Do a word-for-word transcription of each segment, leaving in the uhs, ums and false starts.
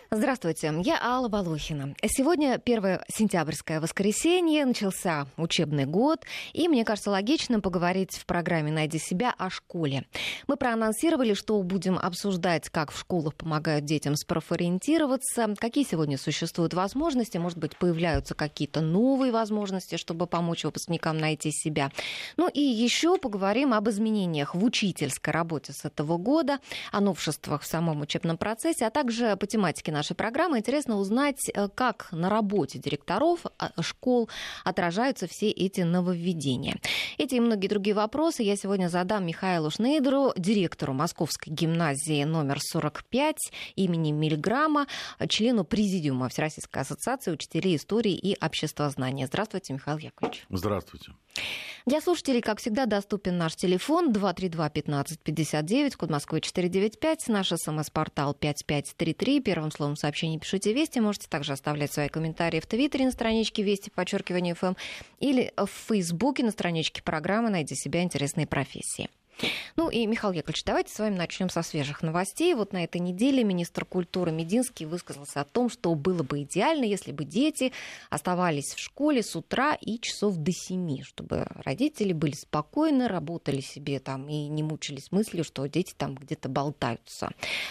Здравствуйте, я Алла Волохина. Сегодня первое сентябрьское воскресенье, начался учебный год, и мне кажется логичным поговорить в программе «Найди себя» о школе. Мы проанонсировали, что будем обсуждать, как в школах помогают детям спрофориентироваться, какие сегодня существуют возможности, может быть, появляются какие-то новые возможности, чтобы помочь выпускникам найти себя. Ну и еще поговорим об изменениях в учительской работе с этого года, о новшествах в самом учебном процессе, а также по тематике нашей программы интересно узнать, как на работе директоров школ отражаются все эти нововведения. Эти и многие другие вопросы я сегодня задам Михаилу Шнейдеру, директору Московской гимназии номер сорок пять имени Мильграма, члену президиума Всероссийской ассоциации учителей истории и обществознания. Здравствуйте, Михаил Яковлевич. Здравствуйте. Для слушателей, как всегда, доступен наш телефон два три два пятнадцать пятьдесят девять, код Москвы четыреста девяносто пять, наш смс-портал пять пять три три. Первым словом сообщений пишите «Вести». Можете также оставлять свои комментарии в Твиттере на страничке «Вести», подчеркивание эф эм, или в Фейсбуке на страничке программы «Найди себя. Интересные профессии». Ну и, Михаил Яковлевич, давайте с вами начнем со свежих новостей. Вот на этой неделе министр культуры Мединский высказался о том, что было бы идеально, если бы дети оставались в школе с утра и часов до семи, чтобы родители были спокойны, работали себе там и не мучились мыслью, что дети там где-то болтаются.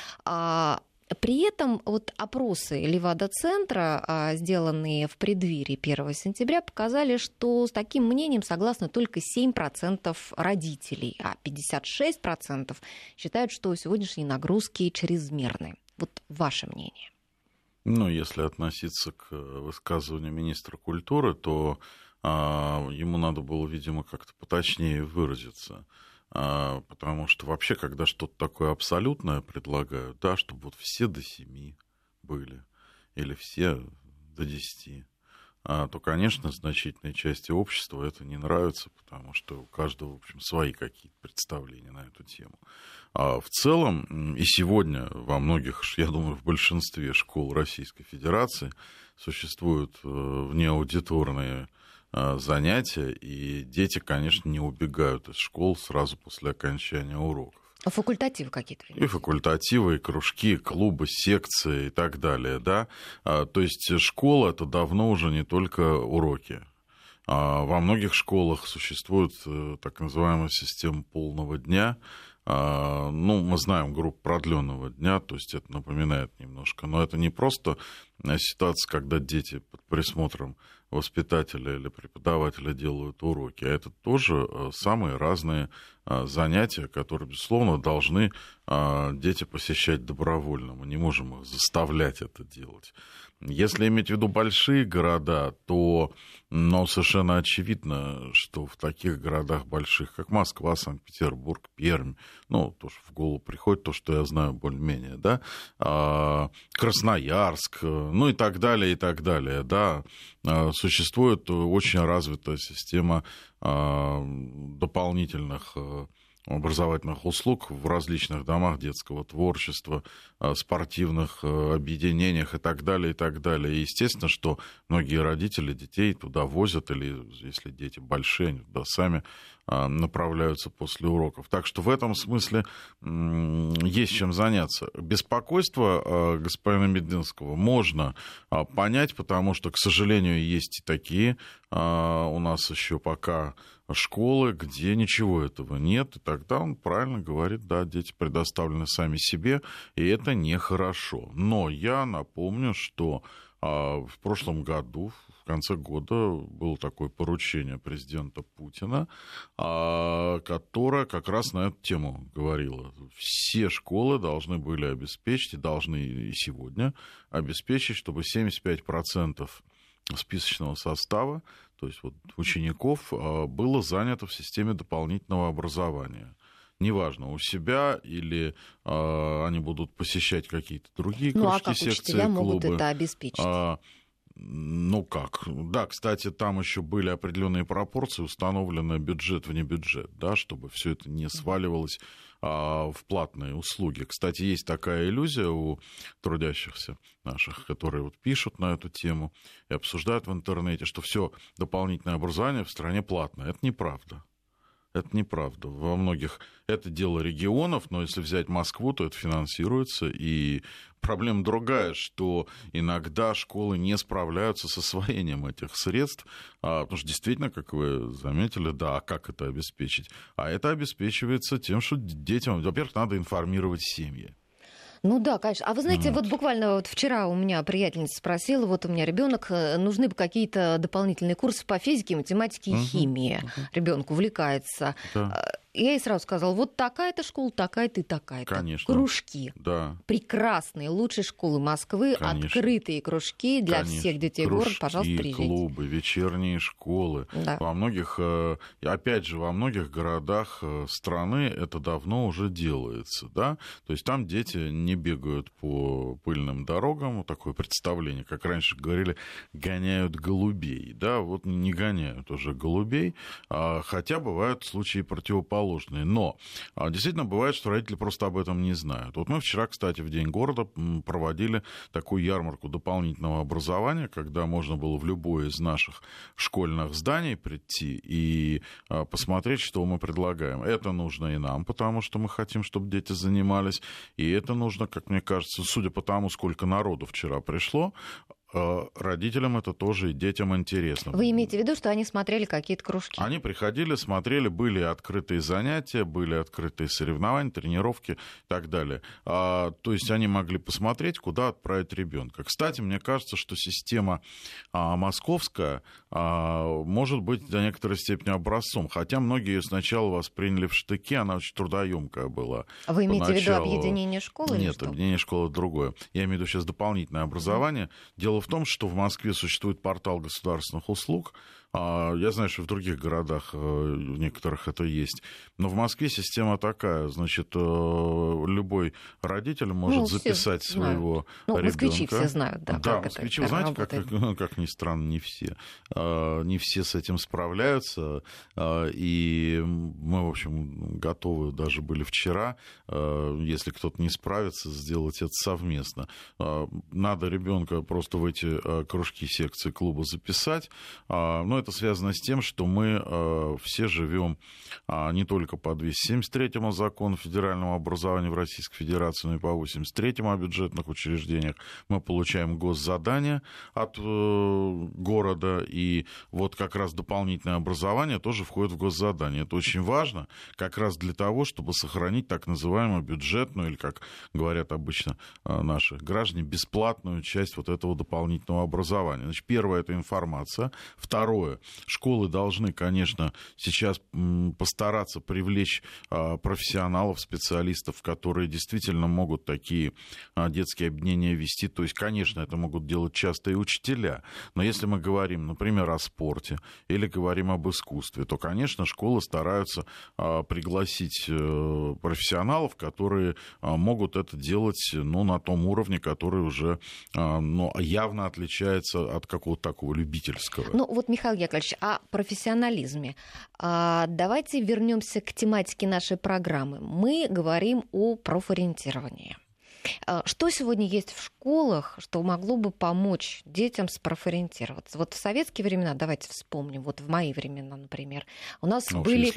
При этом вот опросы Левада-центра, сделанные в преддверии первого сентября, показали, что с таким мнением согласны только семь процентов родителей, а пятьдесят шесть процентов считают, что сегодняшние нагрузки чрезмерны. Вот ваше мнение. Ну, если относиться к высказыванию министра культуры, то а, ему надо было, видимо, как-то поточнее выразиться. Потому что вообще, когда что-то такое абсолютное предлагают, да, чтобы вот все до семи были, или все до десяти, то, конечно, значительной части общества это не нравится, потому что у каждого, в общем, свои какие-то представления на эту тему. А в целом, и сегодня во многих, я думаю, в большинстве школ Российской Федерации существуют внеаудиторные занятия, и дети, конечно, не убегают из школ сразу после окончания уроков. А факультативы какие-то? И факультативы, и кружки, и клубы, секции и так далее, да. То есть школа — это давно уже не только уроки. Во многих школах существует так называемая система полного дня. Ну, мы знаем группу продленного дня, то есть это напоминает немножко. Но это не просто ситуация, когда дети под присмотром воспитателя или преподавателя делают уроки, а это тоже самые разные занятия, которые, безусловно, должны дети посещать добровольно. Мы не можем их заставлять это делать. Если иметь в виду большие города, то ну, совершенно очевидно, что в таких городах больших, как Москва, Санкт-Петербург, Пермь, ну, тоже в голову приходит то, что я знаю более-менее, да, Красноярск, ну и так далее, и так далее, да, существует очень развитая система дополнительных образовательных услуг в различных домах детского творчества, спортивных объединениях и так далее, и так далее. И естественно, что многие родители детей туда возят, или если дети большие, они туда сами направляются после уроков. Так что в этом смысле есть чем заняться. Беспокойство господина Мединского можно понять, потому что, к сожалению, есть и такие у нас еще пока школы, где ничего этого нет, и тогда он правильно говорит, да, дети предоставлены сами себе, и это нехорошо. Но я напомню, что в прошлом году, в конце года, было такое поручение президента Путина, которое как раз на эту тему говорило. Все школы должны были обеспечить, и должны и сегодня обеспечить, чтобы семьдесят пять процентов списочного состава, то есть вот учеников, было занято в системе дополнительного образования. Неважно, у себя или э, они будут посещать какие-то другие кружки, ну, а как секции, учителя клубы. Могут это обеспечить? А, ну как? Да, кстати, там еще были определенные пропорции, установлены бюджет вне бюджет, да, чтобы все это не сваливалось а, в платные услуги. Кстати, есть такая иллюзия у трудящихся наших, которые вот пишут на эту тему и обсуждают в интернете, что все дополнительное образование в стране платное. Это неправда. Это неправда. Во многих это дело регионов, но если взять Москву, то это финансируется. И проблема другая, что иногда школы не справляются с освоением этих средств, потому что действительно, как вы заметили, да, а как это обеспечить? А это обеспечивается тем, что детям, во-первых, надо информировать семьи. Ну да, конечно. А вы знаете, вот, вот буквально вот вчера у меня приятельница спросила, вот у меня ребенок, нужны бы какие-то дополнительные курсы по физике, математике и uh-huh. химии. Uh-huh. Ребенок увлекается. Да. Я ей сразу сказала, вот такая-то школа, такая-то и такая-то. Конечно. Кружки. Да. Прекрасные, лучшие школы Москвы, конечно. Открытые кружки для Конечно. Всех детей кружки, города. Пожалуйста, приезжайте. Клубы, вечерние школы. Да. Во многих, опять же, во многих городах страны это давно уже делается. Да? То есть там дети не бегают по пыльным дорогам. Такое представление, как раньше говорили, гоняют голубей. Да? Вот не гоняют уже голубей, хотя бывают случаи противоположные. Но действительно бывает, что родители просто об этом не знают. Вот мы вчера, кстати, в День города проводили такую ярмарку дополнительного образования, когда можно было в любое из наших школьных зданий прийти и посмотреть, что мы предлагаем. Это нужно и нам, потому что мы хотим, чтобы дети занимались. И это нужно, как мне кажется, судя по тому, сколько народу вчера пришло, родителям это тоже и детям интересно. Вы имеете в виду, что они смотрели какие-то кружки? Они приходили, смотрели, были открытые занятия, были открытые соревнования, тренировки и так далее. А, то есть они могли посмотреть, куда отправить ребенка. Кстати, мне кажется, что система а, московская а, может быть до некоторой степени образцом, хотя многие ее сначала восприняли в штыки, она очень трудоемкая была. Вы имеете поначалу. в виду объединение школы? Нет, объединение школы другое. Я имею в виду сейчас дополнительное образование. Дело в том, что в Москве существует портал государственных услуг. Я знаю, что в других городах, в некоторых это есть. Но в Москве система такая. Значит, любой родитель может ну, записать своего ну, ребенка. Москвичи все знают, да. Да, как москвичи, это, вы знаете, как, как, как ни странно, не все. Не все с этим справляются. И мы, в общем, готовы даже были вчера, если кто-то не справится, сделать это совместно. Надо ребенка просто в эти кружки, секции клуба записать. Но это связано с тем, что мы э, все живем а, не только по двести семьдесят третьему закону федерального образования в Российской Федерации, но и по восемьдесят третьему о бюджетных учреждениях. Мы получаем госзадания от э, города, и вот как раз дополнительное образование тоже входит в госзадание. Это очень важно как раз для того, чтобы сохранить так называемую бюджетную, или, как говорят обычно э, наши граждане, бесплатную часть вот этого дополнительного образования. Значит, первое — это информация. Второе — школы должны, конечно, сейчас постараться привлечь профессионалов, специалистов, которые действительно могут такие детские объединения вести. То есть, конечно, это могут делать часто и учителя. Но если мы говорим, например, о спорте или говорим об искусстве, то, конечно, школы стараются пригласить профессионалов, которые могут это делать, ну, на том уровне, который уже, ну, явно отличается от какого-то такого любительского. Ну, вот, Михаил Яковлевич, о профессионализме. Давайте вернемся к тематике нашей программы. Мы говорим о профориентировании. Что сегодня есть в школах, что могло бы помочь детям спрофориентироваться? Вот в советские времена, давайте вспомним, вот в мои времена, например, у нас ну, были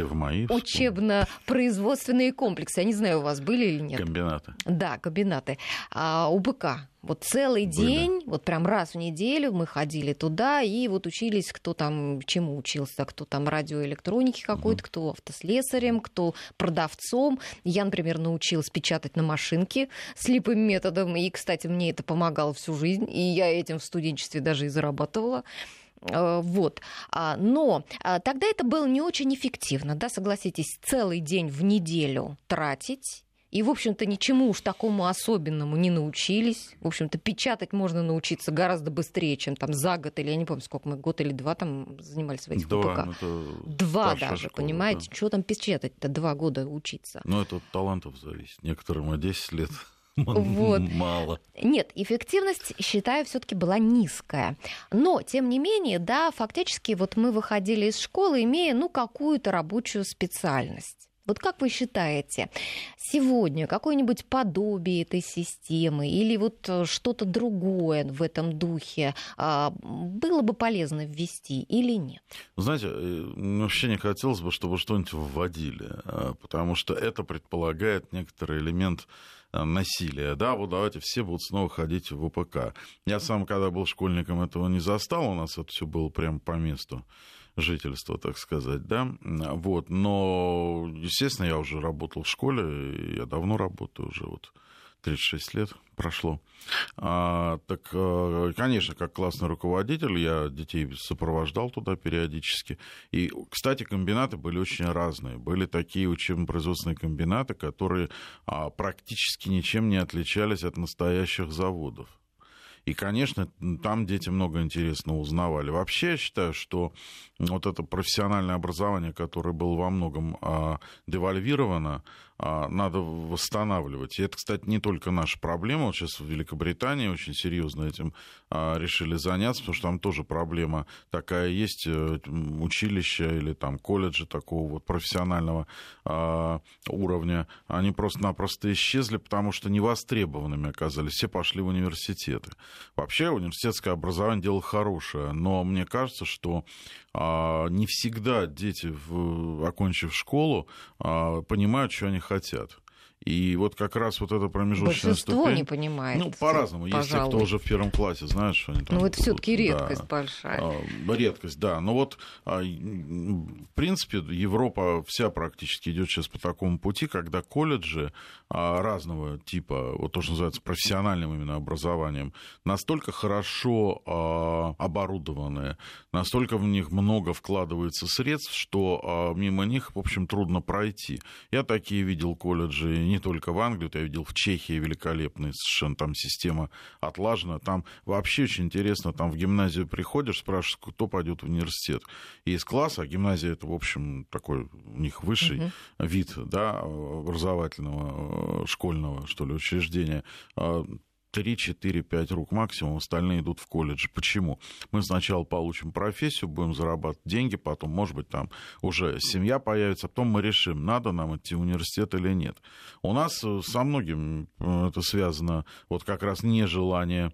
учебно-производственные комплексы. Я не знаю, у вас были или нет. Комбинаты. Да, комбинаты. А, УБК. Вот целый Были. день, вот прям раз в неделю мы ходили туда и вот учились, кто там чему учился, кто там радиоэлектроники какой-то, угу. кто автослесарем, кто продавцом. Я, например, научилась печатать на машинке слепым методом, и, кстати, мне это помогало всю жизнь, и я этим в студенчестве даже и зарабатывала. Вот. Но тогда это было не очень эффективно, да, согласитесь, целый день в неделю тратить. И, в общем-то, ничему уж такому особенному не научились. В общем-то, печатать можно научиться гораздо быстрее, чем там за год, или я не помню, сколько мы, год или два там занимались в этих два, УПК. Два даже, школа, понимаете? Да. Что там печатать-то два года учиться? Ну, это от талантов зависит. Некоторым и десять лет вот. Мало. Нет, эффективность, считаю, все-таки была низкая. Но, тем не менее, да, фактически вот мы выходили из школы, имея, ну, какую-то рабочую специальность. Вот как вы считаете, сегодня какое-нибудь подобие этой системы или вот что-то другое в этом духе было бы полезно ввести или нет? Знаете, вообще не хотелось бы, чтобы что-нибудь вводили, потому что это предполагает некоторый элемент насилия. Да, вот давайте все будут снова ходить в ВПК. Я сам, когда был школьником, этого не застал, у нас это все было прямо по месту жительства, так сказать, да, вот, но, естественно, я уже работал в школе, я давно работаю, уже вот тридцать шесть лет прошло. А, так, конечно, как классный руководитель, я детей сопровождал туда периодически. И, кстати, комбинаты были очень разные. Были такие учебно-производственные комбинаты, которые а, практически ничем не отличались от настоящих заводов. И, конечно, там дети много интересного узнавали. Вообще, я считаю, что вот это профессиональное образование, которое было во многом а, девальвировано, а, надо восстанавливать. И это, кстати, не только наша проблема. Вот сейчас в Великобритании очень серьезно этим а, решили заняться, потому что там тоже проблема такая есть. Училища или там колледжи такого вот профессионального а, уровня, они просто-напросто исчезли, потому что невостребованными оказались. Все пошли в университеты. Вообще университетское образование дело хорошее, но мне кажется, что а, не всегда дети, в, окончив школу, а, понимают, что они хотят. И вот как раз вот эта промежуточная Большинство ступень... не понимает. Ну, по-разному. Пожалуй. Есть те, кто уже в первом классе знают, что они там... Ну, это все-таки редкость да, большая. Редкость, да. Но вот, в принципе, Европа вся практически идет сейчас по такому пути, когда колледжи разного типа, вот то, что называется профессиональным именно образованием, настолько хорошо оборудованные, настолько в них много вкладывается средств, что мимо них, в общем, трудно пройти. Я такие видел колледжи не только в Англии, я видел в Чехии великолепная совершенно там система отлажена. Там вообще очень интересно, там в гимназию приходишь, спрашиваешь, кто пойдет в университет. И из класса, а гимназия это, в общем, такой у них высший uh-huh. вид, да, образовательного, школьного, что ли, учреждения. три, четыре, пять рук максимум, остальные идут в колледж. Почему? Мы сначала получим профессию, будем зарабатывать деньги, потом, может быть, там уже семья появится, а потом мы решим, надо нам идти в университет или нет. У нас со многим это связано, вот как раз нежелание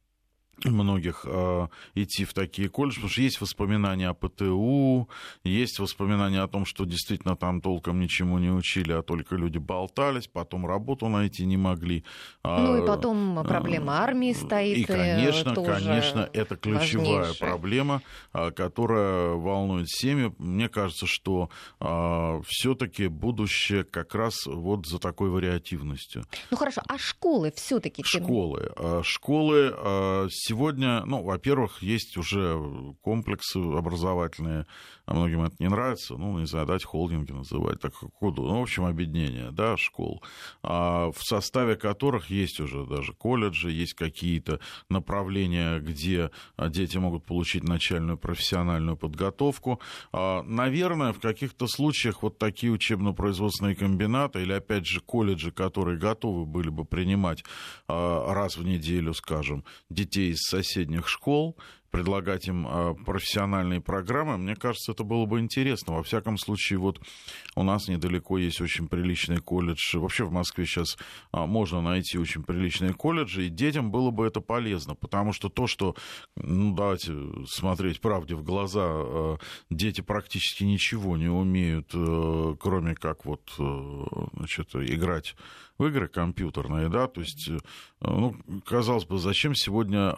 многих э, идти в такие колледжи, потому что есть воспоминания о ПТУ, есть воспоминания о том, что действительно там толком ничему не учили, а только люди болтались, потом работу найти не могли. Ну и потом проблема армии стоит. И, конечно, конечно, это ключевая важнейшая. проблема, которая волнует семьи. Мне кажется, что э, все-таки будущее как раз вот за такой вариативностью. Ну хорошо, а школы все-таки? Школы. Школы... Э, Сегодня, ну, во-первых, есть уже комплексы образовательные, а многим это не нравится, ну, не знаю, дать холдинги называть, так как угодно, ну, в общем, объединение, да, школ, а в составе которых есть уже даже колледжи, есть какие-то направления, где дети могут получить начальную профессиональную подготовку. Наверное, в каких-то случаях вот такие учебно-производственные комбинаты или, опять же, колледжи, которые готовы были бы принимать раз в неделю, скажем, детей из соседних школ, предлагать им профессиональные программы, мне кажется, это было бы интересно. Во всяком случае, вот у нас недалеко есть очень приличный колледж. Вообще в Москве сейчас можно найти очень приличные колледжи, и детям было бы это полезно, потому что то, что, ну, давайте смотреть правде в глаза, дети практически ничего не умеют, кроме как вот, значит, играть в игры компьютерные, да, то есть, ну, казалось бы, зачем сегодня,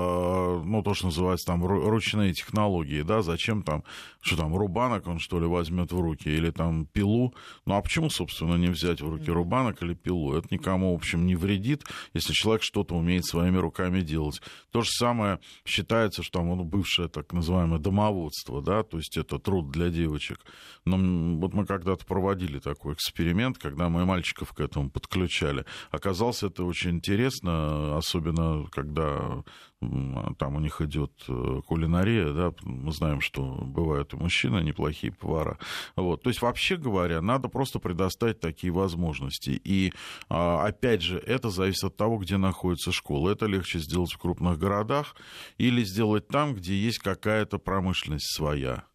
ну, то, что называется там ручные технологии, да, зачем там, что там, рубанок он, что ли, возьмет в руки, или там пилу, ну, а почему, собственно, не взять в руки рубанок или пилу? Это никому, в общем, не вредит, если человек что-то умеет своими руками делать. То же самое считается, что там, ну, бывшее так называемое домоводство, да, то есть это труд для девочек. Но вот мы когда-то проводили такой эксперимент, когда мы мальчиков к этому подключали, включали. Оказалось, это очень интересно, особенно когда там у них идет кулинария, да, мы знаем, что бывают и мужчины неплохие повара. Вот. То есть, вообще говоря, надо просто предоставить такие возможности. И, опять же, это зависит от того, где находится школа. Это легче сделать в крупных городах или сделать там, где есть какая-то промышленность своя.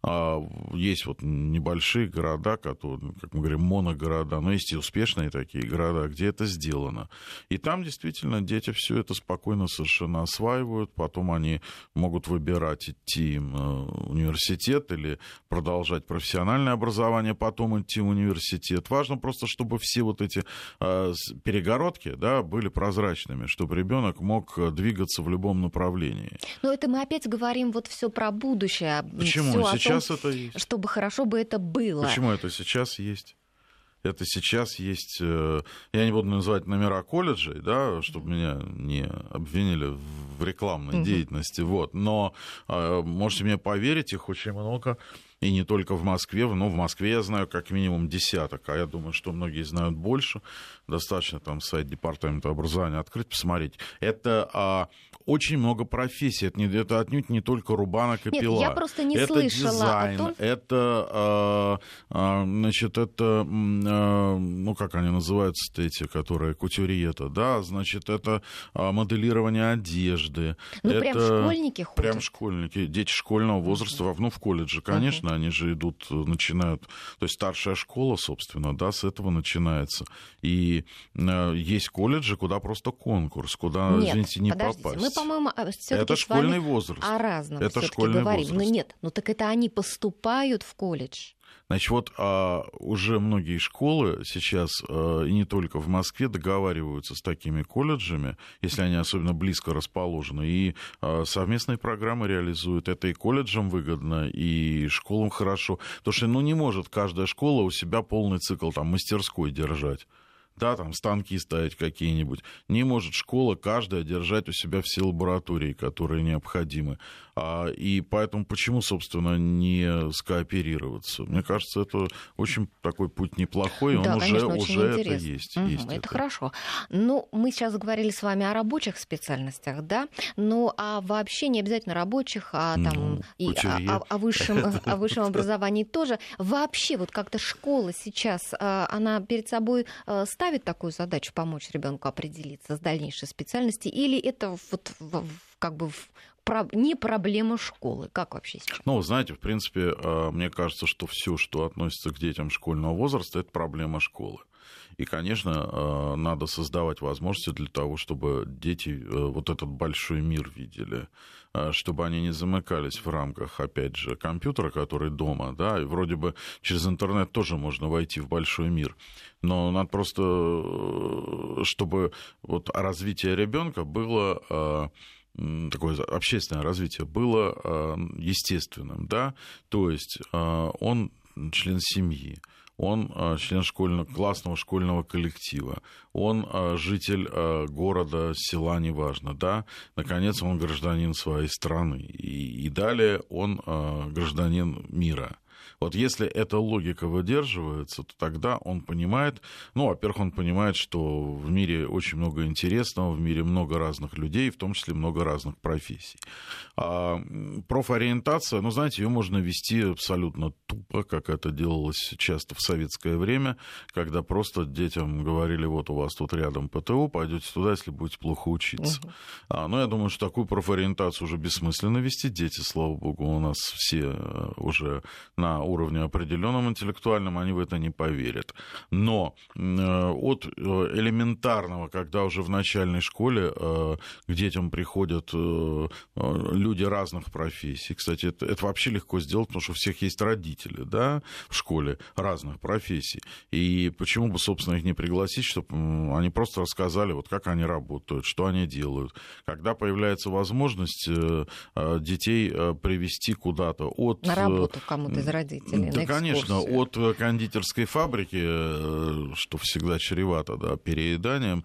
Есть вот небольшие города, которые, как мы говорим, моногорода, но есть и успешные такие города, где это сделано. И там действительно дети все это спокойно совершенно осваивают, потом они могут выбирать, идти в университет или продолжать профессиональное образование, потом идти в университет. Важно просто, чтобы все вот эти перегородки, да, были прозрачными, чтобы ребенок мог двигаться в любом направлении. Но это мы опять говорим вот все про будущее. Почему? Всё Сейчас том, это есть. Чтобы хорошо бы это было. Почему это сейчас есть? Это сейчас есть... Я не буду называть номера колледжей, да, чтобы меня не обвинили в рекламной uh-huh. деятельности. Вот. Но можете мне поверить, их очень много. И не только в Москве, но в Москве я знаю как минимум десяток, а я думаю, что многие знают больше. Достаточно там сайт департамента образования открыть, посмотреть. Это а, очень много профессий. Это, не, это отнюдь не только рубанок и Нет, пила. Я просто не это слышала дизайн, о том... это, а, а, значит, это, а, ну, как они называются-то эти, которые кутюрье-то, да, значит, это а, моделирование одежды. Ну, это... прям школьники ходят? Прям школьники, дети школьного возраста, uh-huh. ну, в колледже, конечно, uh-huh. они же идут, начинают, то есть старшая школа, собственно, да, с этого начинается. И э, есть колледжи, куда просто конкурс, куда, нет, извините, не подождите, попасть. Мы, по-моему, все-таки это школьный возраст. О разном это школьный говорим. возраст. Но нет, ну так это они поступают в колледж. Значит, вот а, уже многие школы сейчас, а, и не только в Москве, договариваются с такими колледжами, если они особенно близко расположены, и а, совместные программы реализуют. Это и колледжам выгодно, и школам хорошо. Потому что, ну, не может каждая школа у себя полный цикл там, мастерской держать. Да, там станки ставить какие-нибудь. Не может школа каждая держать у себя все лаборатории, которые необходимы. А, и поэтому почему, собственно, не скооперироваться? Мне кажется, это очень такой путь неплохой, он да, уже, конечно, уже это интересно. есть. Угу, есть это, это хорошо. Ну, мы сейчас говорили с вами о рабочих специальностях, да? Ну, а вообще не обязательно рабочих, а там ну, и о, о, о, высшем, о высшем образовании тоже. Вообще, вот как-то школа сейчас, она перед собой ставит такую задачу помочь ребенку определиться с дальнейшей специальностью, или это вот как бы не проблема школы? Как вообще сейчас? Ну, знаете, в принципе, мне кажется, что все, что относится к детям школьного возраста, это проблема школы. И, конечно, надо создавать возможности для того, чтобы дети вот этот большой мир видели, чтобы они не замыкались в рамках, опять же, компьютера, который дома, да, и вроде бы через интернет тоже можно войти в большой мир. Но надо просто, чтобы вот развитие ребенка было... такое общественное развитие было естественным, да, то есть он член семьи, он член школьного, классного школьного коллектива, он житель города, села, неважно, да, наконец он гражданин своей страны, и, и далее он гражданин мира. Вот если эта логика выдерживается, то тогда он понимает, ну, во-первых, он понимает, что в мире очень много интересного, в мире много разных людей, в том числе много разных профессий. А профориентация, ну, знаете, ее можно вести абсолютно тупо, как это делалось часто в советское время, когда просто детям говорили, вот у вас тут рядом ПТУ, пойдете туда, если будете плохо учиться. Uh-huh. А, ну, я думаю, что такую профориентацию уже бессмысленно вести. Дети, слава богу, у нас все уже на уровне определенном интеллектуальном, они в это не поверят. Но от элементарного, когда уже в начальной школе к детям приходят люди разных профессий, кстати, это, это вообще легко сделать, потому что у всех есть родители, да, в школе разных профессий. И почему бы, собственно, их не пригласить, чтобы они просто рассказали, вот как они работают, что они делают. Когда появляется возможность детей привести куда-то от... На работу кому-то из родителей. Да, конечно, от кондитерской фабрики, что всегда чревато, да, перееданием,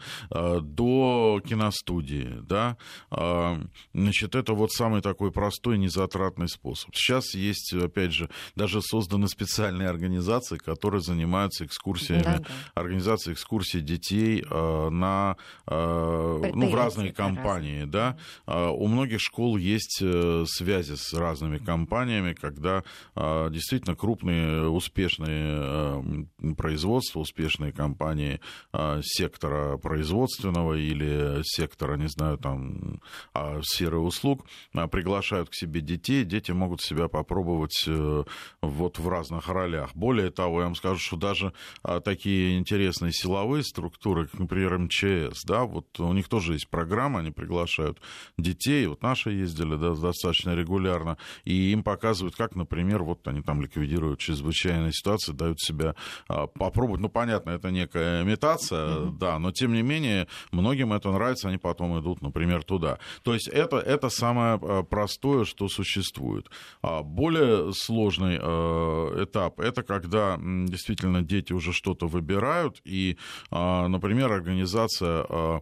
до киностудии, да, значит, это вот самый такой простой, незатратный способ. Сейчас есть, опять же, даже созданы специальные организации, которые занимаются экскурсиями, да, да. организацией экскурсий детей на, ну, в разные компании, да. У многих школ есть связи с разными компаниями, когда действительно действительно крупные, успешные производства, успешные компании сектора производственного или сектора, не знаю, там, сферы услуг приглашают к себе детей, дети могут себя попробовать вот в разных ролях. Более того, я вам скажу, что даже такие интересные силовые структуры, как, например, эм че эс, да, вот у них тоже есть программа, они приглашают детей, вот наши ездили, да, достаточно регулярно, и им показывают, как, например, вот они там ликвидируют чрезвычайные ситуации, дают себя а, попробовать. Ну, понятно, это некая имитация, mm-hmm. да, но тем не менее, многим это нравится, они потом идут, например, туда. То есть это, это самое простое, что существует. А более сложный а, этап, это когда действительно дети уже что-то выбирают, и, а, например, организация, а,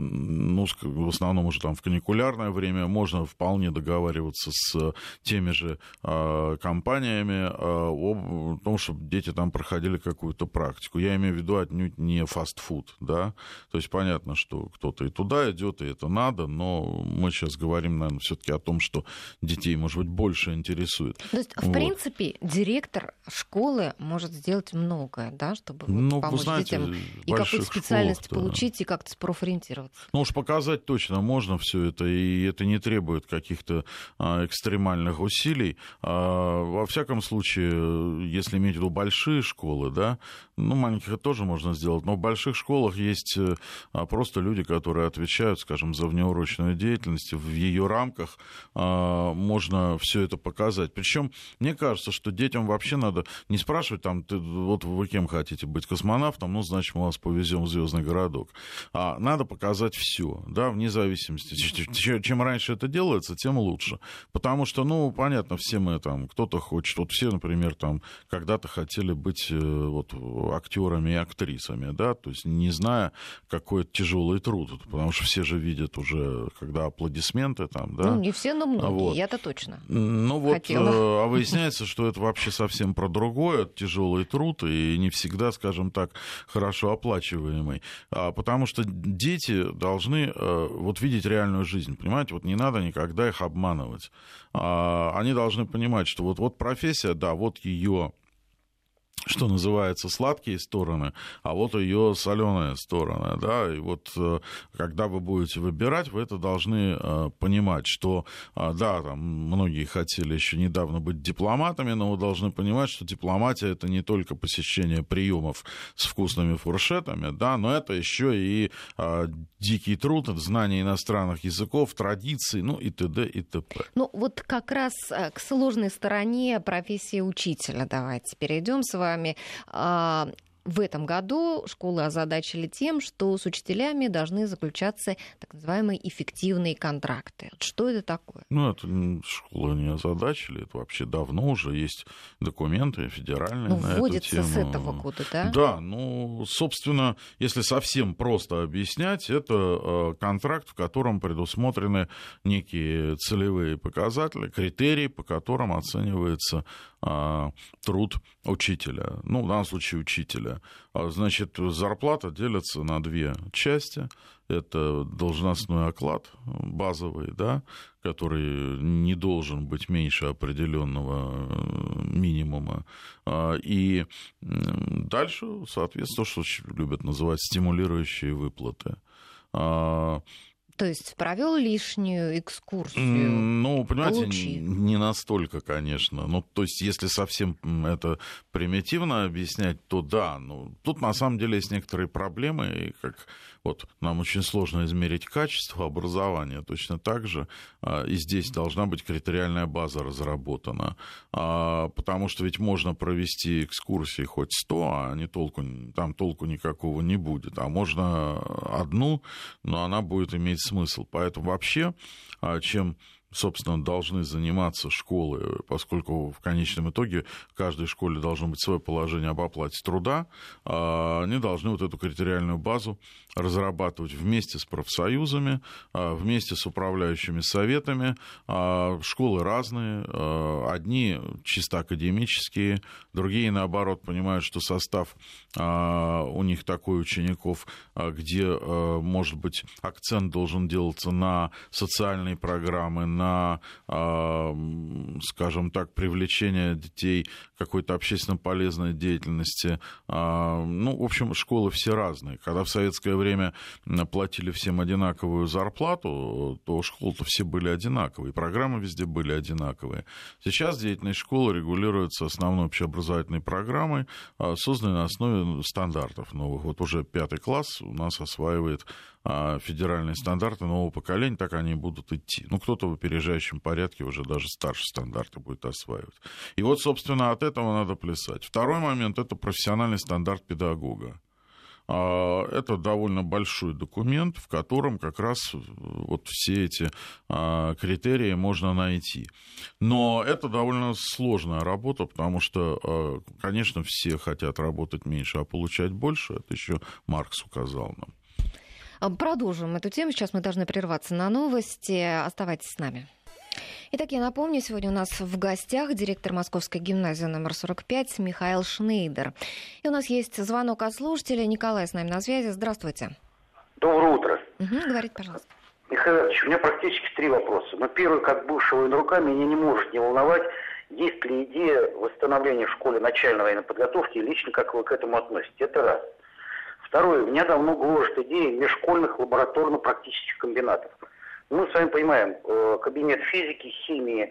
ну, в основном уже там в каникулярное время, можно вполне договариваться с теми же а, компаниями а, о том, чтобы дети там проходили какую-то практику. Я имею в виду отнюдь не фастфуд, да, то есть понятно, что кто-то и туда идет, и это надо, но мы сейчас говорим, наверное, все-таки о том, что детей, может быть, больше интересует. То есть, в вот. принципе, директор школы может сделать многое, да, чтобы ну, помочь знаете, детям и какую-то специальность школах, получить, да. и как-то спрофориентироваться. Ну уж показать точно можно все это, и это не требует каких-то а, экстремальных усилий. А, во всяком случае, если иметь в виду большие школы, да, ну, маленьких это тоже можно сделать, но в больших школах есть а, просто люди, которые отвечают, скажем, за внеурочную деятельность, в ее рамках а, можно все это показать. Причем мне кажется, что детям вообще надо не спрашивать, там, ты, вот вы кем хотите быть, космонавтом, ну, значит, мы вас повезем в звездный городок. А, надо показать все, да, вне зависимости. Чем раньше это делается, тем лучше. Потому что, ну, понятно, все мы там, кто-то хочет, вот все, например, там, когда-то хотели быть вот актерами и актрисами, да, то есть не зная, какой это тяжелый труд, потому что все же видят уже, когда аплодисменты там, да. Ну, не все, но многие, вот. Я-то точно Ну, вот, хотела. А выясняется, что это вообще совсем про другое, это тяжелый труд, и не всегда, скажем так, хорошо оплачиваемый. Потому что дети должны вот видеть реальную жизнь, понимаете, вот не надо никогда их обманывать. Они должны понимать, что вот, вот профессия, да, вот ее, что называется, сладкие стороны, а вот ее соленая сторона, да, и вот когда вы будете выбирать, вы это должны понимать, что, да, там многие хотели еще недавно быть дипломатами, но вы должны понимать, что дипломатия — это не только посещение приемов с вкусными фуршетами, да, но это еще и дикий труд, знание иностранных языков, традиций, ну и т.д. и т.п. Ну вот как раз к сложной стороне профессии учителя давайте перейдем с вами. В этом году школы озадачили тем, что с учителями должны заключаться так называемые эффективные контракты. Что это такое? Ну, это школы не озадачили, это вообще давно уже есть документы федеральные ну, на эту вводится тему. с этого года, да? Да, ну, собственно, если совсем просто объяснять, это контракт, в котором предусмотрены некие целевые показатели, критерии, по которым оценивается труд учителя, ну, в данном случае учителя. Значит, зарплата делится на две части. Это должностной оклад базовый, да, который не должен быть меньше определенного минимума. И дальше, соответственно, то, что любят называть стимулирующие выплаты. То есть провел лишнюю экскурсию? Ну, понимаете, получи. Не настолько, конечно. Ну, то есть, если совсем это примитивно объяснять, то да. Ну, тут на самом деле есть некоторые проблемы, и как вот нам очень сложно измерить качество образования, точно так же и здесь должна быть критериальная база разработана. Потому что ведь можно провести экскурсии хоть сто, а не толку, там толку никакого не будет. А можно одну, но она будет иметь смысл. Поэтому вообще, чем, собственно, должны заниматься школы, поскольку в конечном итоге в каждой школе должно быть свое положение об оплате труда, они должны вот эту критериальную базу разрабатывать вместе с профсоюзами, вместе с управляющими советами. Школы разные, одни чисто академические, другие, наоборот, понимают, что состав у них такой учеников, где, может быть, акцент должен делаться на социальные программы, на на, скажем так, привлечение детей к какой-то общественно полезной деятельности. Ну, в общем, школы все разные. Когда в советское время платили всем одинаковую зарплату, то школы-то все были одинаковые, программы везде были одинаковые. Сейчас деятельность школы регулируется основной общеобразовательной программой, созданной на основе стандартов новых. Вот уже пятый класс у нас осваивает федеральные стандарты нового поколения, так они будут идти. Ну, кто-то в опережающем порядке уже даже старшие стандарты будет осваивать. И вот, собственно, от этого надо плясать. Второй момент — это профессиональный стандарт педагога. Это довольно большой документ, в котором как раз вот все эти критерии можно найти. Но это довольно сложная работа, потому что, конечно, все хотят работать меньше, а получать больше. Это еще Маркс указал нам. Продолжим эту тему. Сейчас мы должны прерваться на новости. Оставайтесь с нами. Итак, я напомню, сегодня у нас в гостях директор Московской гимназии номер сорок пять Михаил Шнейдер. И у нас есть звонок от слушателя. Николай с нами на связи. Здравствуйте. Доброе утро. Угу, говорите, пожалуйста. Михаил Ильич, у меня практически три вопроса. Но первый, как бывшего военрука, меня не может не волновать, есть ли идея восстановления в школе начальной военной подготовки, и лично как вы к этому относитесь. Это раз. Второе, меня давно гложет идея межшкольных лабораторно-практических комбинатов. Мы с вами понимаем, кабинет физики, химии,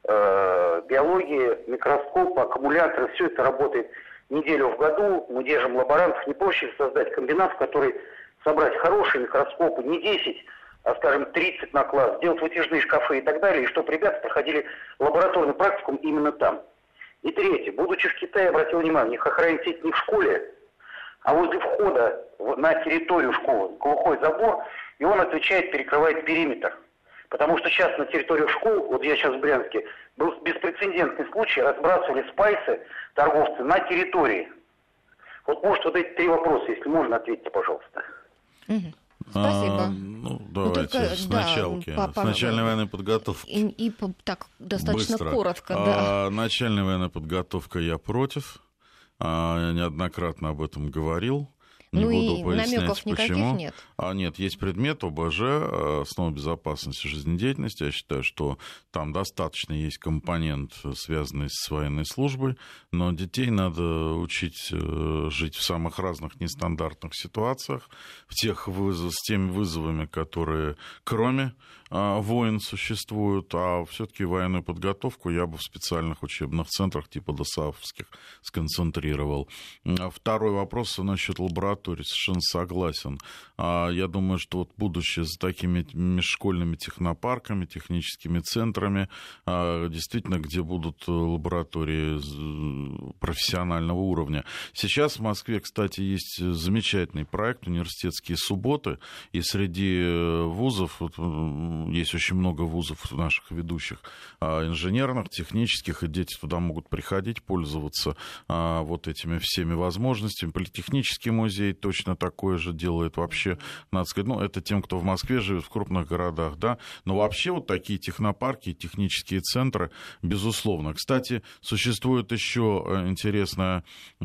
биологии, микроскоп, аккумуляторы, все это работает неделю в году. Мы держим лаборантов. Не проще создать комбинат, в который собрать хорошие микроскопы, не десять, а, скажем, тридцать на класс, сделать вытяжные шкафы и так далее, и чтобы ребята проходили лабораторный практикум именно там. И третье, будучи в Китае, обратил внимание, у них охранник сидит не в школе, а возле входа на территорию школы глухой забор, и он отвечает, перекрывает периметр. Потому что сейчас на территорию школ, вот я сейчас в Брянске, был беспрецедентный случай, разбрасывали спайсы торговцы на территории. Вот, может, вот эти три вопроса, если можно, ответьте, пожалуйста. Угу. Спасибо. А, ну, давайте ну, только, с да, началки, по, с начальной военной подготовки. И, и так достаточно Быстро. коротко, а, да. Начальная военная подготовка я против. А, я неоднократно об этом говорил. Не ну буду и пояснять, намеков никаких почему. нет. А нет, есть предмет ОБЖ, основа безопасности жизнедеятельности. Я считаю, что там достаточно есть компонент, связанный с военной службой, но детей надо учить жить в самых разных нестандартных ситуациях, в тех вызов, с теми вызовами, которые кроме а, войн существуют, а все-таки военную подготовку я бы в специальных учебных центрах типа ДОСААФовских сконцентрировал. Второй вопрос насчет лаборатории. Совершенно согласен. Я думаю, что вот будущее за такими межшкольными технопарками, техническими центрами, действительно, где будут лаборатории профессионального уровня. Сейчас в Москве, кстати, есть замечательный проект «Университетские субботы», и среди вузов, вот, есть очень много вузов наших ведущих, инженерных, технических, и дети туда могут приходить, пользоваться вот этими всеми возможностями. Политехнический музей точно такое же делает. Вообще, надо сказать, ну, это тем, кто в Москве живет, в крупных городах, да, но вообще вот такие технопарки, технические центры, безусловно. Кстати, существует еще интересная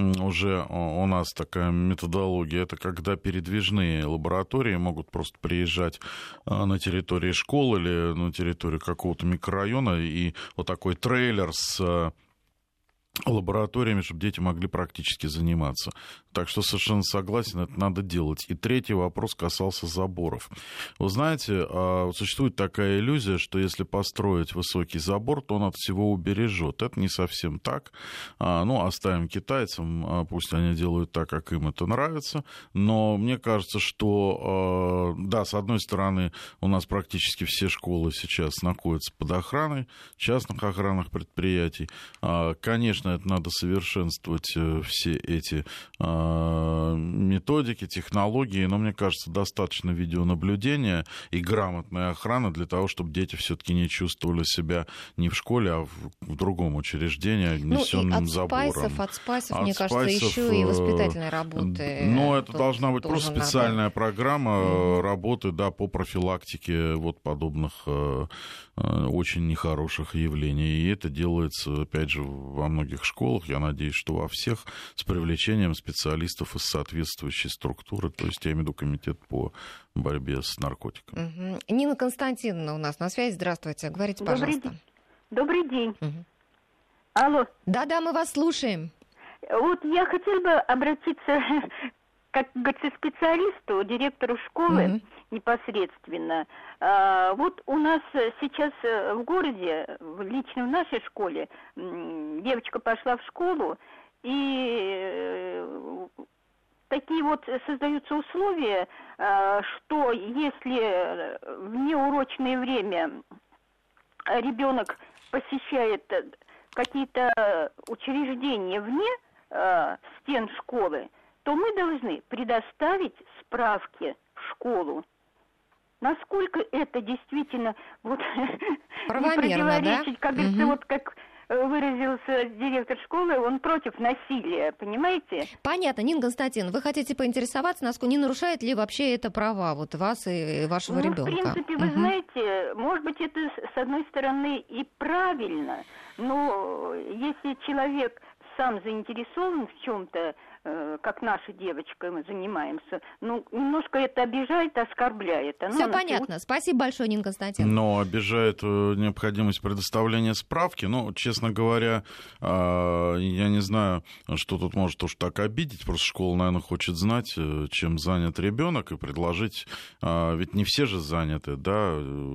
уже у нас такая методология, это когда передвижные лаборатории могут просто приезжать на территории школ или на территорию какого-то микрорайона, и вот такой трейлер с лабораториями, чтобы дети могли практически заниматься. Так что совершенно согласен, это надо делать. И третий вопрос касался заборов. Вы знаете, существует такая иллюзия, что если построить высокий забор, то он от всего убережет. Это не совсем так. Ну, оставим китайцам, пусть они делают так, как им это нравится. Но мне кажется, что, да, с одной стороны, у нас практически все школы сейчас находятся под охраной частных охранных предприятий. Конечно, это надо совершенствовать все эти методики, технологии, но, мне кажется, достаточно видеонаблюдения и грамотной охраны для того, чтобы дети все-таки не чувствовали себя не в школе, а в, в другом учреждении, обнесенным забором. Ну, и от спайсов, от спайсов, от мне спайсов, кажется, еще и воспитательной работы. Но это должна быть просто специальная надо. программа mm-hmm. работы, да, по профилактике вот подобных очень нехороших явлений. И это делается, опять же, во многих нескольких школах, я надеюсь, что во всех, с привлечением специалистов из соответствующей структуры, то есть я имею в виду комитет по борьбе с наркотиками. Угу. Нина Константиновна у нас на связи. Здравствуйте. Говорите, пожалуйста. Добрый день. Угу. Алло. Да-да, мы вас слушаем. Вот я хотела бы обратиться как говорится, специалисту, директору школы mm-hmm. непосредственно. А, вот у нас сейчас в городе, лично в нашей школе, девочка пошла в школу, и такие вот создаются условия, что если в неурочное время ребенок посещает какие-то учреждения вне стен школы, то мы должны предоставить справки в школу. Насколько это действительно вот правомерно, да? Как говорится, угу. вот как выразился директор школы, он против насилия, понимаете? Понятно. Нина Константиновна, вы хотите поинтересоваться, насколько не нарушает ли вообще это права вот вас и вашего ну, ребенка? В принципе, вы угу. знаете, может быть, это с одной стороны и правильно, но если человек сам заинтересован в чем-то, как наша девочка, мы занимаемся, ну, немножко это обижает, оскорбляет. Все понятно. Уч... Спасибо большое, Нина Константиновна. Но обижает необходимость предоставления справки. Ну, честно говоря, я не знаю, что тут может уж так обидеть. Просто школа, наверное, хочет знать, чем занят ребенок, и предложить... Ведь не все же заняты, да,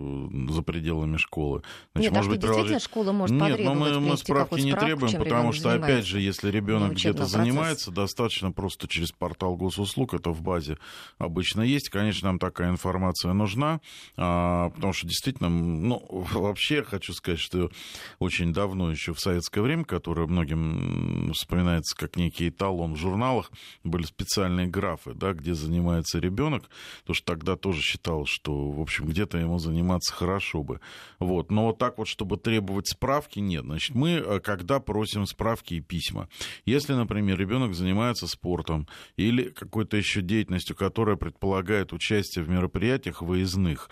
за пределами школы. Значит, нет, может а быть, действительно предложить... школа может Нет, потребовать но мы, мы справки не требуем, потому что, занимается. Опять же, если ребенок где-то процесс. занимается, достаточно просто через портал госуслуг, это в базе обычно есть. Конечно, нам такая информация нужна, потому что действительно, ну, вообще хочу сказать, что очень давно, еще в советское время, которое многим вспоминается как некий эталон в журналах, были специальные графы, да, где занимается ребенок, потому что тогда тоже считалось, что, в общем, где-то ему заниматься хорошо бы. Вот. Но вот так вот, чтобы требовать справки, нет. Значит, мы когда просим справки и письма. Если, например, ребенок занимается спортом или какой-то еще деятельностью, которая предполагает участие в мероприятиях выездных,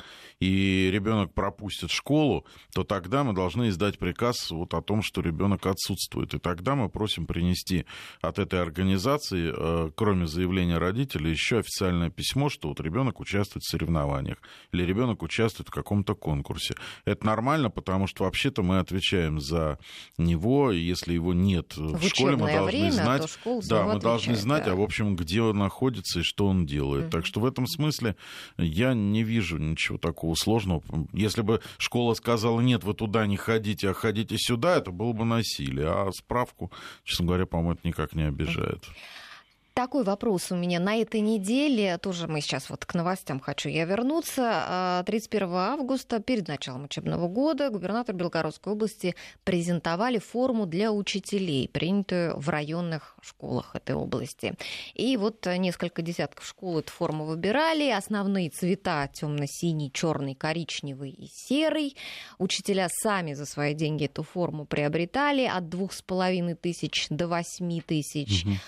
и ребенок пропустит школу, то тогда мы должны издать приказ вот о том, что ребенок отсутствует. И тогда мы просим принести от этой организации, кроме заявления родителей, еще официальное письмо, что вот ребенок участвует в соревнованиях или ребенок участвует в каком-то конкурсе. Это нормально, потому что вообще-то мы отвечаем за него, и если его нет в, в школе, мы должны время, знать, да, мы должны знать, да. а в общем, где он находится и что он делает. Mm-hmm. Так что в этом смысле я не вижу ничего такого сложного. Если бы школа сказала, нет, вы туда не ходите, а ходите сюда, это было бы насилие. А справку, честно говоря, по-моему, это никак не обижает. Такой вопрос у меня на этой неделе. Тоже мы сейчас вот к новостям хочу я вернуться. тридцать первого августа, перед началом учебного года, губернатор Белгородской области презентовали форму для учителей, принятую в районных школах этой области. И вот несколько десятков школ эту форму выбирали. Основные цвета темно-синий, черный, коричневый и серый. Учителя сами за свои деньги эту форму приобретали от двух с половиной тысяч до восьми тысяч. Угу.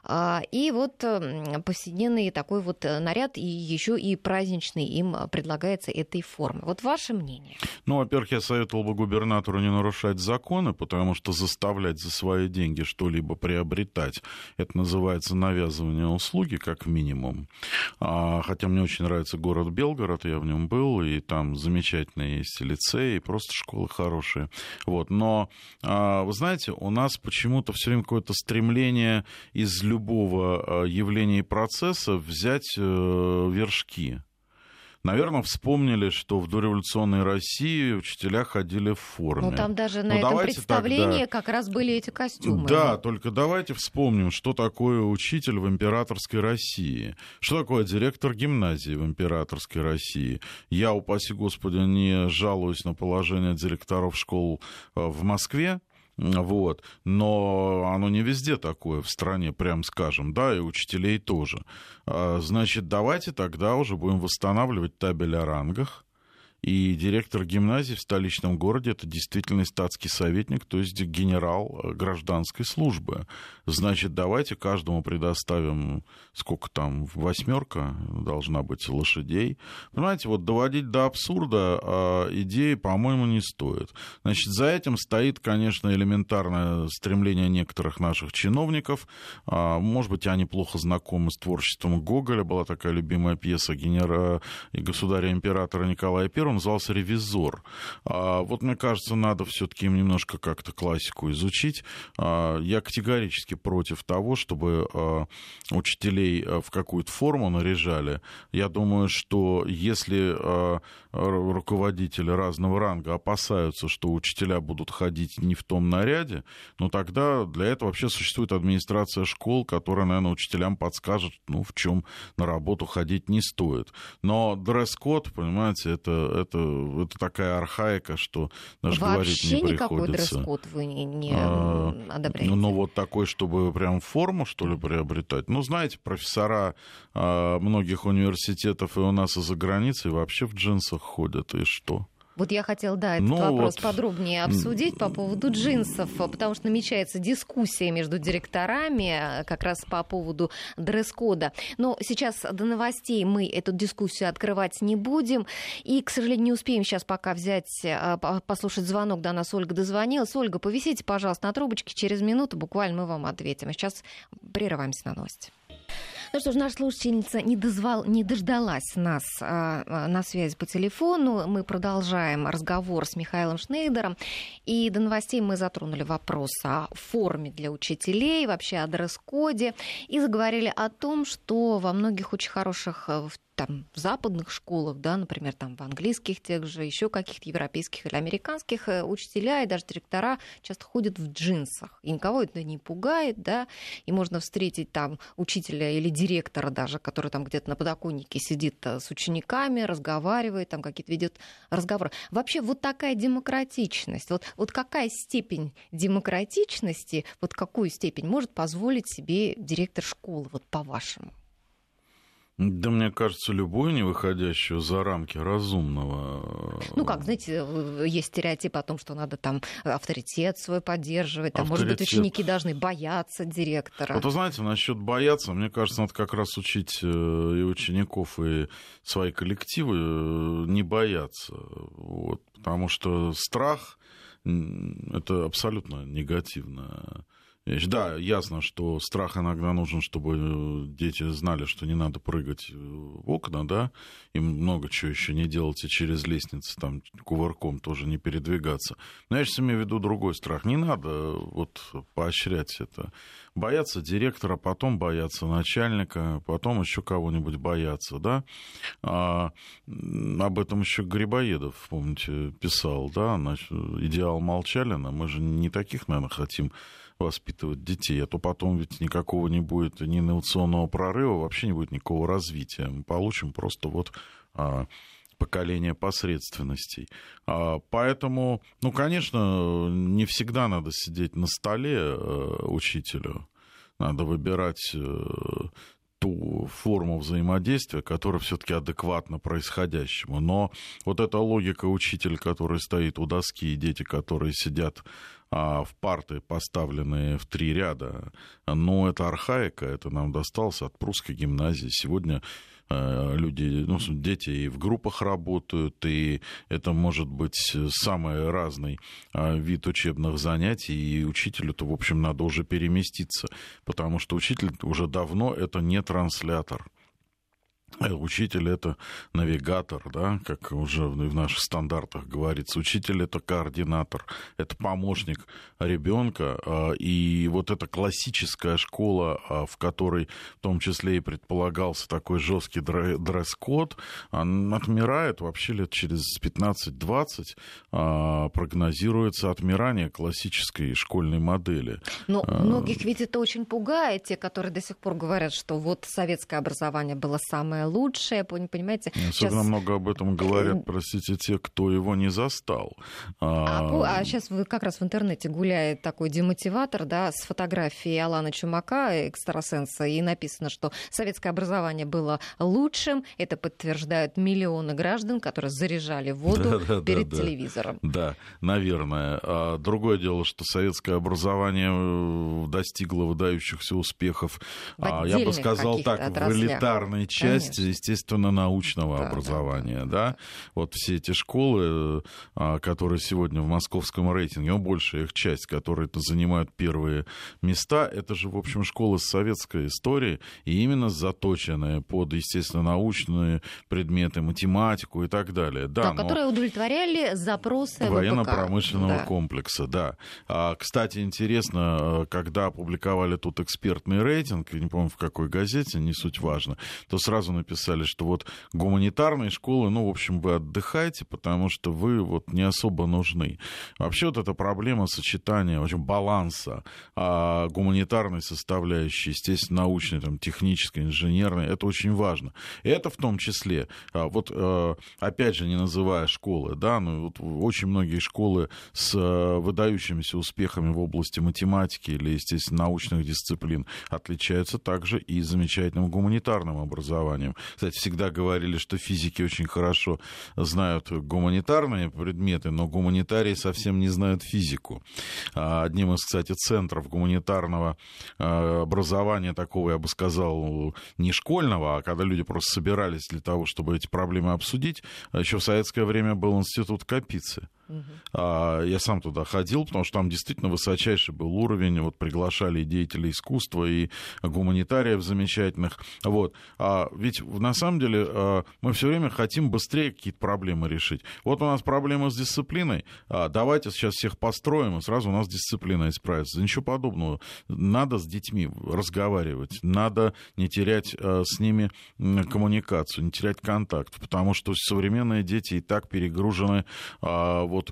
И вот повседневный такой вот наряд, и еще и праздничный им предлагается этой формы. Вот ваше мнение? Ну, во-первых, я советовал бы губернатору не нарушать законы, потому что заставлять за свои деньги что-либо приобретать, это называется навязывание услуги, как минимум. Хотя мне очень нравится город Белгород, я в нем был, и там замечательные есть лицеи, и просто школы хорошие. Вот. Но, вы знаете, у нас почему-то все время какое-то стремление из любого явления и процесса взять вершки. Наверное, вспомнили, что в дореволюционной России учителя ходили в форме. Ну, там даже на ну, этом представлении тогда... как раз были эти костюмы. Да, только давайте вспомним, что такое учитель в императорской России. Что такое директор гимназии в императорской России. Я, упаси Господи, не жалуюсь на положение директоров школ в Москве, вот. Но оно не везде такое в стране, прям скажем, да, и учителей тоже. Значит, давайте тогда уже будем восстанавливать табель о рангах И директор гимназии в столичном городе — это действительно статский советник, то есть генерал гражданской службы. Значит, давайте каждому предоставим, сколько там, восьмерка должна быть лошадей. Понимаете, вот доводить до абсурда а, идеи, по-моему, не стоит. Значит, за этим стоит, конечно, элементарное стремление некоторых наших чиновников. А, может быть, они плохо знакомы с творчеством Гоголя. Была такая любимая пьеса генера... государя-императора Николая Первого, назывался «Ревизор». А, вот, мне кажется, надо все-таки им немножко как-то классику изучить. А, я категорически против того, чтобы а, учителей в какую-то форму наряжали. Я думаю, что если а, руководители разного ранга опасаются, что учителя будут ходить не в том наряде, ну тогда для этого вообще существует администрация школ, которая, наверное, учителям подскажет, ну, в чем на работу ходить не стоит. Но дресс-код, понимаете, это, это, это такая архаика, что даже вообще говорить не приходится. Вообще никакой дресс-код вы не, не а, одобряете? Ну, вот такой, чтобы прям форму, что ли, приобретать. Ну, знаете, профессора а, многих университетов и у нас, и за границей вообще в джинсах ходят, и что? Вот я хотела, да, этот ну, вопрос вот... подробнее обсудить по поводу джинсов, потому что намечается дискуссия между директорами как раз по поводу дресс-кода. Но сейчас до новостей мы эту дискуссию открывать не будем. И, к сожалению, не успеем сейчас пока взять, послушать звонок. До нас Ольга дозвонилась. Ольга, повисите, пожалуйста, на трубочке. Через минуту буквально мы вам ответим. А сейчас прерываемся на новости. Ну что ж, наша слушательница не, дозвал, не дождалась нас а, на связи по телефону. Мы продолжаем разговор с Михаилом Шнейдером. И до новостей мы затронули вопрос о форме для учителей, вообще о дресс-коде. И заговорили о том, что во многих очень хороших там, в западных школах, да, например, там, в английских тех же, еще каких-то европейских или американских, учителя и даже директора часто ходят в джинсах. И никого это не пугает, да, и можно встретить там учителя или директора даже, который там где-то на подоконнике сидит с учениками, разговаривает, там какие-то ведет разговоры. Вообще вот такая демократичность, вот, вот какая степень демократичности, вот какую степень может позволить себе директор школы, вот по-вашему? Да, мне кажется, любой, не выходящий за рамки разумного. Ну как, знаете, есть стереотип о том, что надо там авторитет свой поддерживать, там, может быть, ученики должны бояться директора. Вот вы знаете, насчет бояться, мне кажется, надо как раз учить и учеников, и свои коллективы не бояться. Вот, потому что страх — это абсолютно негативно. Да, ясно, что страх иногда нужен, чтобы дети знали, что не надо прыгать в окна, да, им много чего еще не делать, и через лестницы там кувырком тоже не передвигаться. Но я сейчас имею в виду другой страх. Не надо вот поощрять это. Бояться директора, потом бояться начальника, потом еще кого-нибудь бояться, да. А, об этом еще Грибоедов, помните, писал, да, «Идеал Молчалина». Мы же не таких, наверное, хотим воспитывать детей, а то потом ведь никакого не будет ни инновационного прорыва, вообще не будет никакого развития. Мы получим просто вот а, поколение посредственностей. А, поэтому, ну, конечно, не всегда надо сидеть на столе а, учителю. Надо выбирать а, ту форму взаимодействия, которая все-таки адекватна происходящему. Но вот эта логика учителя, который стоит у доски, и дети, которые сидят в парты, поставленные в три ряда, но это архаика, это нам досталось от прусской гимназии. Сегодня люди, ну, дети и в группах работают, и это может быть самый разный вид учебных занятий, и учителю-то, в общем, надо уже переместиться, потому что учитель уже давно это не транслятор. Учитель — это навигатор, да, как уже в наших стандартах говорится. Учитель — это координатор, это помощник ребенка. И вот эта классическая школа, в которой в том числе и предполагался такой жесткий дресс-код, отмирает вообще лет через пятнадцать-двадцать. Прогнозируется отмирание классической школьной модели. Но многих ведь это очень пугает, те, которые до сих пор говорят, что вот советское образование было самое самое лучшее, понимаете? Особенно сейчас... много об этом говорят, простите, те, кто его не застал. А, а, а сейчас как раз в интернете гуляет такой демотиватор, да, с фотографией Алана Чумака, экстрасенса, и написано, что советское образование было лучшим. Это подтверждают миллионы граждан, которые заряжали воду да, да, перед да, телевизором. Да, наверное. А другое дело, что советское образование достигло выдающихся успехов, я бы сказал так, отраслях. В элитарной части, Конечно. естественно, научного да, образования. Да, да. Да? Вот все эти школы, которые сегодня в московском рейтинге, ну, большая их часть, которые занимают первые места, это же, в общем, школы с советской историей, и именно заточенные под, естественно, научные предметы, математику и так далее. Да, да, но... которые удовлетворяли запросы военно-промышленного да. комплекса, да. А, кстати, интересно, когда опубликовали тут экспертный рейтинг, я не помню, в какой газете, не суть важно, то сразу написали, что вот гуманитарные школы, ну, в общем, вы отдыхайте, потому что вы вот не особо нужны. Вообще вот эта проблема сочетания, в общем, баланса а, гуманитарной составляющей, естественно, научной, там, технической, инженерной, это очень важно. И это в том числе, а, вот, а, опять же, не называя школы, да, но вот очень многие школы с а, выдающимися успехами в области математики или, естественно, научных дисциплин отличаются также и замечательным гуманитарным образованием. Кстати, всегда говорили, что физики очень хорошо знают гуманитарные предметы, но гуманитарии совсем не знают физику. Одним из, кстати, центров гуманитарного образования, такого, я бы сказал, не школьного, а когда люди просто собирались для того, чтобы эти проблемы обсудить, еще в советское время был институт Капицы. Uh-huh. Я сам туда ходил, потому что там действительно высочайший был уровень. Вот приглашали и деятелей искусства, и гуманитариев замечательных. Вот. А ведь на самом деле мы все время хотим быстрее какие-то проблемы решить. Вот у нас проблема с дисциплиной. Давайте сейчас всех построим, и сразу у нас дисциплина исправится. Да ничего подобного. Надо с детьми разговаривать. Надо не терять с ними коммуникацию, не терять контакт. Потому что современные дети и так перегружены вот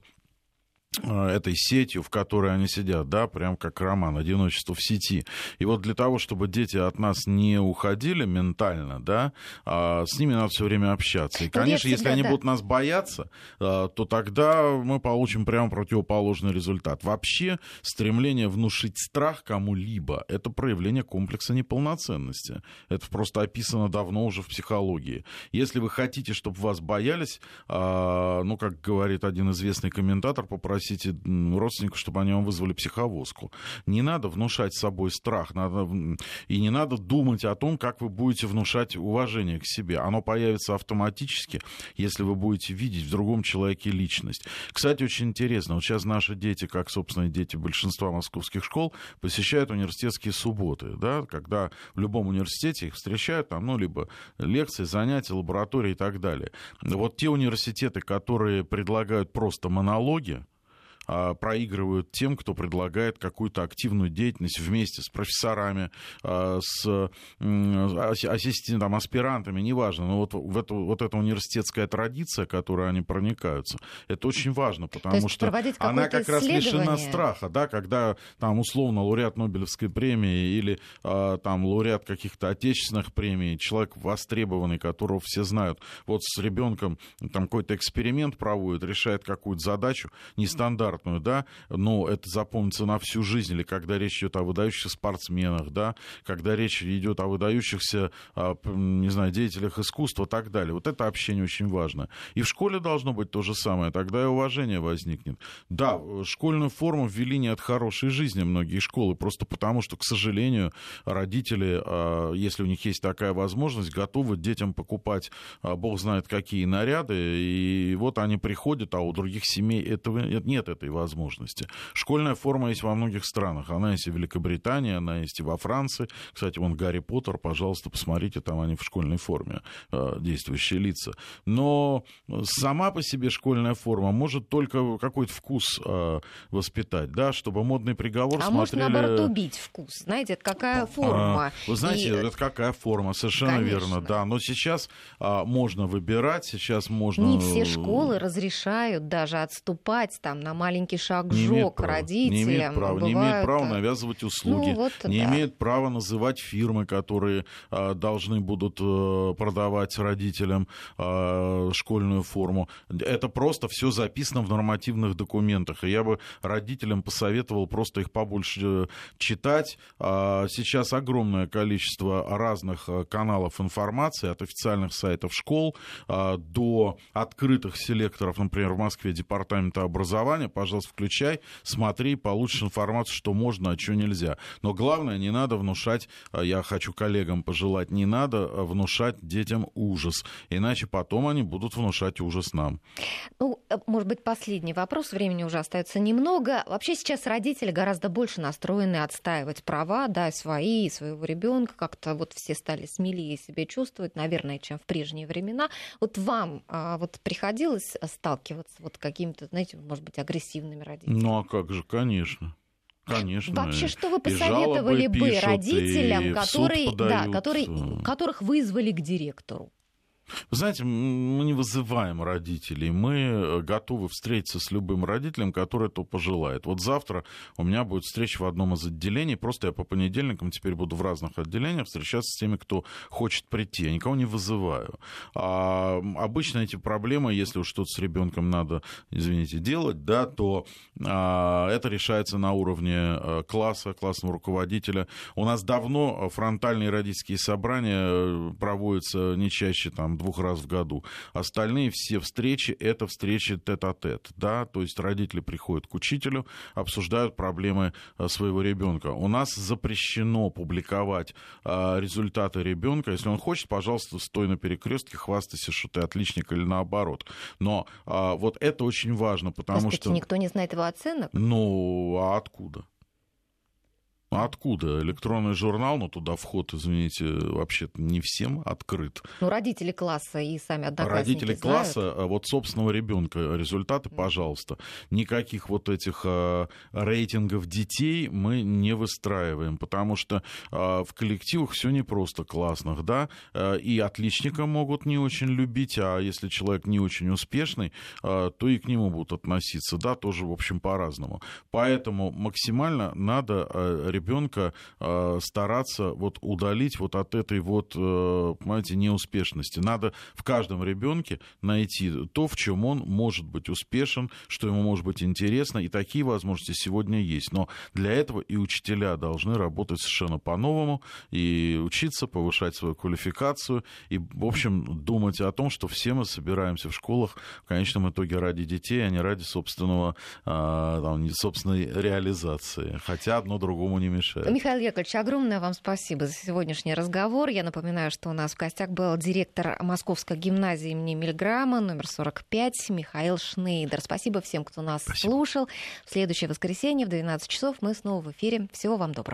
этой сетью, в которой они сидят, да, прям как роман «Одиночество в сети». И вот для того, чтобы дети от нас не уходили ментально, да, а с ними надо все время общаться. И, конечно, всегда, если они да. будут нас бояться, то тогда мы получим прямо противоположный результат. Вообще, стремление внушить страх кому-либо — это проявление комплекса неполноценности. Это просто описано давно уже в психологии. Если вы хотите, чтобы вас боялись, ну, как говорит один известный комментатор, попросите родственников, чтобы они вам вызвали психовозку. Не надо внушать собой страх, надо, и не надо думать о том, как вы будете внушать уважение к себе. Оно появится автоматически, если вы будете видеть в другом человеке личность. Кстати, очень интересно, вот сейчас наши дети, как, собственно, дети большинства московских школ, посещают университетские субботы, да, когда в любом университете их встречают, там, ну, либо лекции, занятия, лаборатории и так далее. Вот те университеты, которые предлагают просто монологи, проигрывают тем, кто предлагает какую-то активную деятельность вместе с профессорами, с ассистентами, аспирантами, неважно. Но вот, в эту, вот эта университетская традиция, которой они проникаются, это очень важно, потому что она как раз лишена страха, да, когда там условно лауреат Нобелевской премии или там лауреат каких-то отечественных премий, человек востребованный, которого все знают, вот с ребенком там какой-то эксперимент проводит, решает какую-то задачу нестандартную, да, но это запомнится на всю жизнь, или когда речь идет о выдающихся спортсменах, да, когда речь идет о выдающихся, не знаю, деятелях искусства и так далее. Вот это общение очень важно. И в школе должно быть то же самое, тогда и уважение возникнет. Да, школьную форму ввели не от хорошей жизни многие школы, просто потому что, к сожалению, родители, если у них есть такая возможность, готовы детям покупать бог знает какие наряды, и вот они приходят, а у других семей этого нет этой возможности. Школьная форма есть во многих странах. Она есть и в Великобритании, она есть и во Франции. Кстати, вон Гарри Поттер, пожалуйста, посмотрите, там они в школьной форме, действующие лица. Но сама по себе школьная форма может только какой-то вкус воспитать, да, чтобы модный приговор а смотрели... может, наоборот, убить вкус. Знаете, это какая форма. А, вы знаете, и... это какая форма, совершенно Конечно. верно, да. Но сейчас а, можно выбирать, сейчас можно... Не все школы разрешают даже отступать там на маленькие маленький шажок родителям. Не имеет права, бывают... не имеет права навязывать услуги, ну, вот, не да. имеет права называть фирмы, которые а, должны будут а, продавать родителям а, школьную форму. Это просто все записано в нормативных документах. И я бы родителям посоветовал просто их побольше читать. А, сейчас огромное количество разных каналов информации, от официальных сайтов школ а, до открытых селекторов, например, в Москве департамента образования. Пожалуйста, включай, смотри, получишь информацию, что можно, а что нельзя. Но главное, не надо внушать, я хочу коллегам пожелать, не надо внушать детям ужас, иначе потом они будут внушать ужас нам. Ну, может быть, последний вопрос, времени уже остается немного. Вообще сейчас родители гораздо больше настроены отстаивать права, да, свои, и своего ребенка, как-то вот все стали смелее себя чувствовать, наверное, чем в прежние времена. Вот вам а, вот приходилось сталкиваться вот какими-то, знаете, может быть, агрессивными родителями? Ну, а как же, конечно. Конечно. Вообще, что вы посоветовали бы пишут, родителям, которые, да, подают... которые, которых вызвали к директору? Вы знаете, мы не вызываем родителей, мы готовы встретиться с любым родителем, который это пожелает. Вот завтра у меня будет встреча в одном из отделений, просто я по понедельникам теперь буду в разных отделениях встречаться с теми, кто хочет прийти. Я никого не вызываю. А обычно эти проблемы, если уж что-то с ребенком надо, извините, делать, да, то а, это решается на уровне класса, классного руководителя. У нас давно фронтальные родительские собрания проводятся не чаще там двух раз в году. Остальные все встречи — это встречи тет-а-тет, да, то есть родители приходят к учителю, обсуждают проблемы своего ребенка. У нас запрещено публиковать а, результаты ребенка. Если он хочет, пожалуйста, стой на перекрестке, хвастайся, что ты отличник, или наоборот. Но а, вот это очень важно, потому Господи, что... никто не знает его оценок? Ну, а откуда? А откуда? Электронный журнал, ну, туда вход, извините, вообще-то не всем открыт. Ну, родители класса и сами одноклассники Родители знают. класса, вот собственного ребенка результаты, пожалуйста. Никаких вот этих а, рейтингов детей мы не выстраиваем, потому что а, в коллективах все не просто классных, да, а, и отличника могут не очень любить, а если человек не очень успешный, а, то и к нему будут относиться, да, тоже, в общем, по-разному. Поэтому максимально надо а, ребенка э, стараться вот удалить вот от этой вот, э, понимаете, неуспешности. Надо в каждом ребенке найти то, в чем он может быть успешен, что ему может быть интересно, и такие возможности сегодня есть. Но для этого и учителя должны работать совершенно по-новому, и учиться, повышать свою квалификацию, и, в общем, думать о том, что все мы собираемся в школах в конечном итоге ради детей, а не ради собственного, э, там, собственной реализации. Хотя одно другому не мешает. Михаил Яковлевич, огромное вам спасибо за сегодняшний разговор. Я напоминаю, что у нас в гостях был директор Московской гимназии имени Мильграма, номер сорок пять, Михаил Шнейдер. Спасибо всем, кто нас Спасибо. слушал. В следующее воскресенье в двенадцать часов мы снова в эфире. Всего вам доброго.